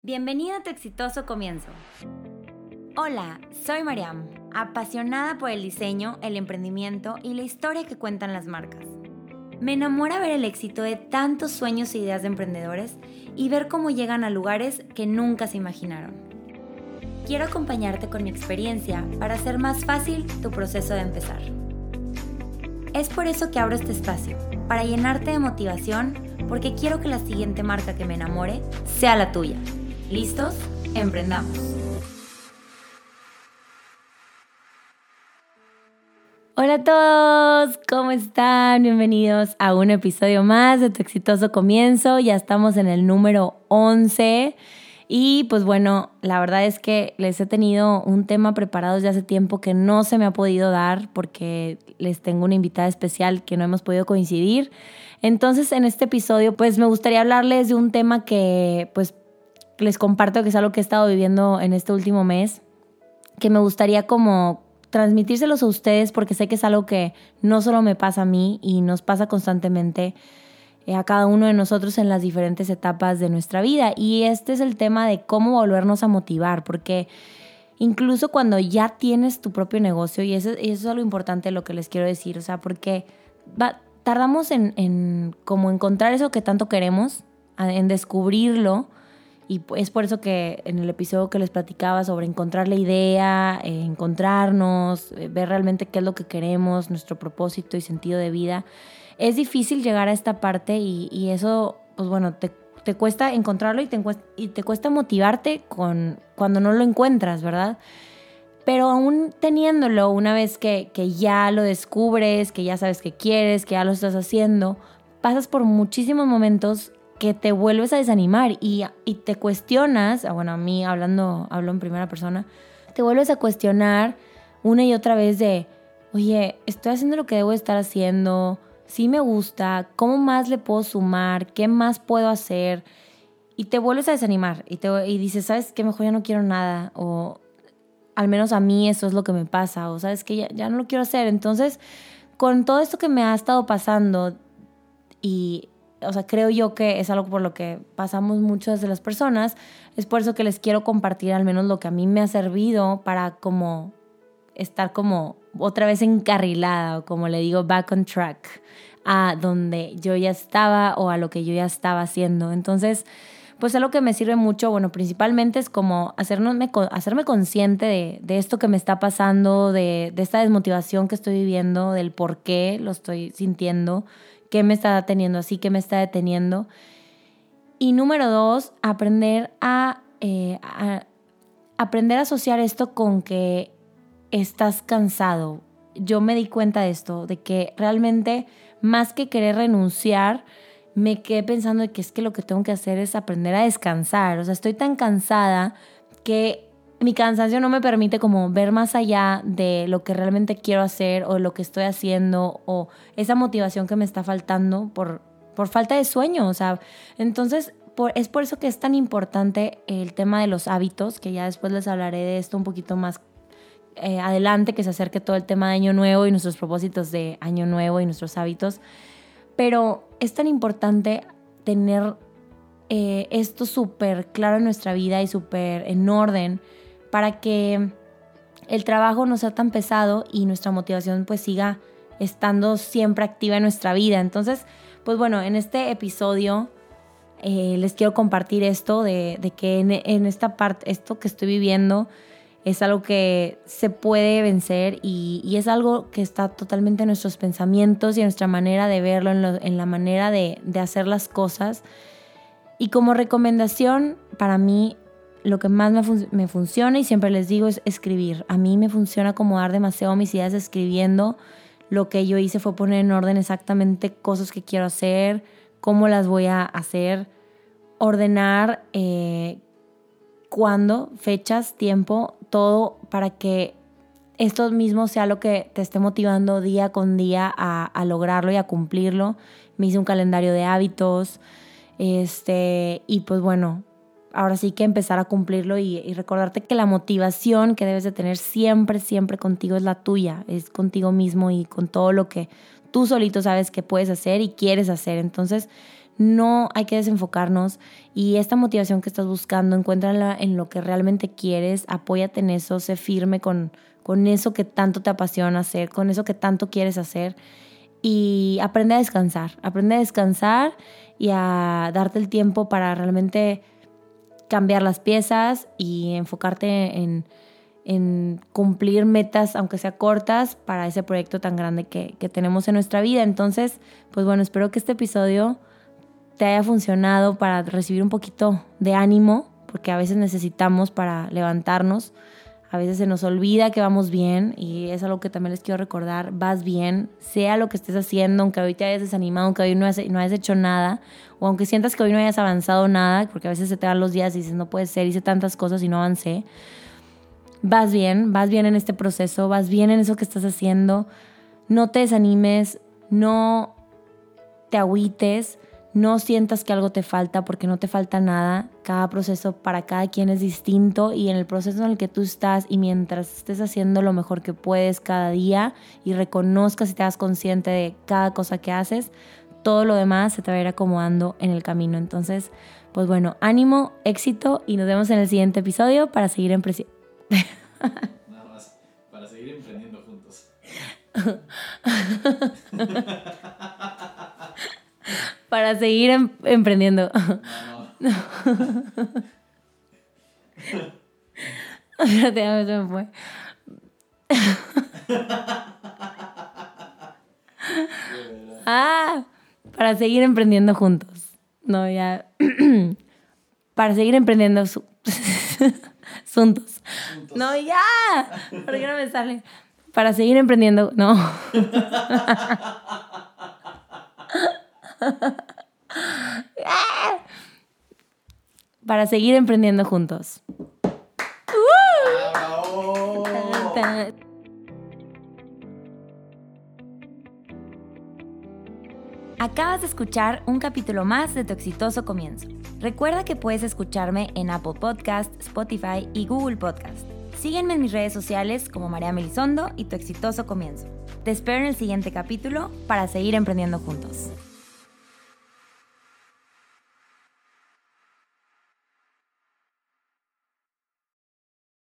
Bienvenido a tu exitoso comienzo. Hola, soy Mariam, apasionada por el diseño, el emprendimiento y la historia que cuentan las marcas. Me enamora ver el éxito de tantos sueños e ideas de emprendedores y ver cómo llegan a lugares que nunca se imaginaron. Quiero acompañarte con mi experiencia para hacer más fácil tu proceso de empezar. Es por eso que abro este espacio, para llenarte de motivación, porque quiero que la siguiente marca que me enamore sea la tuya. ¿Listos? ¡Emprendamos! Hola a todos, ¿cómo están? Bienvenidos a un episodio más de Tu Exitoso Comienzo. Ya estamos en el número 11 y pues bueno, la verdad es que les he tenido un tema preparado desde hace tiempo que no se me ha podido dar porque les tengo una invitada especial que no hemos podido coincidir. Entonces en este episodio pues me gustaría hablarles de un tema que pues les comparto que es algo que he estado viviendo en este último mes, que me gustaría como transmitírselos a ustedes porque sé que es algo que no solo me pasa a mí y nos pasa constantemente a cada uno de nosotros en las diferentes etapas de nuestra vida. Y este es el tema de cómo volvernos a motivar, porque incluso cuando ya tienes tu propio negocio, y eso es algo importante lo que les quiero decir, o sea, porque tardamos en como encontrar eso que tanto queremos, en descubrirlo. Y es por eso que en el episodio que les platicaba sobre encontrar la idea, encontrarnos, ver realmente qué es lo que queremos, nuestro propósito y sentido de vida, es difícil llegar a esta parte y eso, pues bueno, te cuesta encontrarlo y te cuesta motivarte cuando no lo encuentras, ¿verdad? Pero aún teniéndolo, una vez que ya lo descubres, que ya sabes qué quieres, que ya lo estás haciendo, pasas por muchísimos momentos que te vuelves a desanimar y te cuestionas, bueno, a mí hablo en primera persona, te vuelves a cuestionar una y otra vez de, oye, ¿estoy haciendo lo que debo estar haciendo? ¿Sí me gusta? ¿Cómo más le puedo sumar? ¿Qué más puedo hacer? Y te vuelves a desanimar y dices, ¿sabes qué? Mejor ya no quiero nada, o al menos a mí eso es lo que me pasa, o ¿sabes qué? Ya no lo quiero hacer. Entonces, con todo esto que me ha estado pasando o sea, creo yo que es algo por lo que pasamos muchas de las personas. Es por eso que les quiero compartir al menos lo que a mí me ha servido para como estar como otra vez encarrilada, o como le digo, back on track, a donde yo ya estaba o a lo que yo ya estaba haciendo. Entonces, pues algo que me sirve mucho, bueno, principalmente es como hacerme consciente de esto que me está pasando, de esta desmotivación que estoy viviendo, del por qué lo estoy sintiendo, qué me está deteniendo así, qué me está deteniendo. Y número 2, aprender a asociar esto con que estás cansado. Yo me di cuenta de esto, de que realmente más que querer renunciar, me quedé pensando de que es que lo que tengo que hacer es aprender a descansar. O sea, estoy tan cansada que mi cansancio no me permite como ver más allá de lo que realmente quiero hacer o lo que estoy haciendo o esa motivación que me está faltando por falta de sueño. O sea, entonces es por eso que es tan importante el tema de los hábitos, que ya después les hablaré de esto un poquito más adelante, que se acerque todo el tema de Año Nuevo y nuestros propósitos de Año Nuevo y nuestros hábitos. Pero es tan importante tener esto súper claro en nuestra vida y súper en orden para que el trabajo no sea tan pesado y nuestra motivación pues siga estando siempre activa en nuestra vida. Entonces, pues bueno, en este episodio les quiero compartir esto de que en esta parte, esto que estoy viviendo es algo que se puede vencer y es algo que está totalmente en nuestros pensamientos y en nuestra manera de verlo, en la manera de hacer las cosas. Y como recomendación, para mí, lo que más me funciona, y siempre les digo, es escribir. A mí me funciona acomodar demasiado mis ideas escribiendo. Lo que yo hice fue poner en orden exactamente cosas que quiero hacer, cómo las voy a hacer, ordenar cuándo, fechas, tiempo, todo para que esto mismo sea lo que te esté motivando día con día a lograrlo y a cumplirlo. Me hice un calendario de hábitos y pues bueno, ahora sí que empezar a cumplirlo y recordarte que la motivación que debes de tener siempre, siempre contigo es la tuya, es contigo mismo y con todo lo que tú solito sabes que puedes hacer y quieres hacer. Entonces, no hay que desenfocarnos y esta motivación que estás buscando, encuéntrala en lo que realmente quieres, apóyate en eso, sé firme con eso que tanto te apasiona hacer, con eso que tanto quieres hacer y aprende a descansar y a darte el tiempo para realmente cambiar las piezas y enfocarte en cumplir metas, aunque sea cortas, para ese proyecto tan grande que tenemos en nuestra vida. Entonces, pues bueno, espero que este episodio te haya funcionado para recibir un poquito de ánimo, porque a veces necesitamos para levantarnos. A veces se nos olvida que vamos bien y es algo que también les quiero recordar. Vas bien, sea lo que estés haciendo, aunque hoy te hayas desanimado, aunque hoy no hayas hecho nada, o aunque sientas que hoy no hayas avanzado nada, porque a veces se te van los días y dices, no puede ser, hice tantas cosas y no avancé. Vas bien en este proceso, vas bien en eso que estás haciendo. No te desanimes, no te agüites, no sientas que algo te falta, porque no te falta nada. Cada proceso para cada quien es distinto y en el proceso en el que tú estás y mientras estés haciendo lo mejor que puedes cada día y reconozcas y te hagas consciente de cada cosa que haces, todo lo demás se te va a ir acomodando en el camino. Entonces, pues bueno, ánimo, éxito y nos vemos en el siguiente episodio para seguir Nada más, para seguir emprendiendo juntos. Para seguir emprendiendo. No. Espérate, ya se me fue. Para seguir emprendiendo juntos. No, ya. Para seguir emprendiendo juntos. No, ya. ¿Por qué no me sale? Para seguir emprendiendo. No. Para seguir emprendiendo juntos. ¡Bravo! Acabas de escuchar un capítulo más de Tu Exitoso Comienzo. Recuerda que puedes escucharme en Apple Podcast, Spotify y Google Podcast. Sígueme en mis redes sociales como María Melisondo y Tu Exitoso Comienzo. Te espero en el siguiente capítulo para seguir emprendiendo juntos.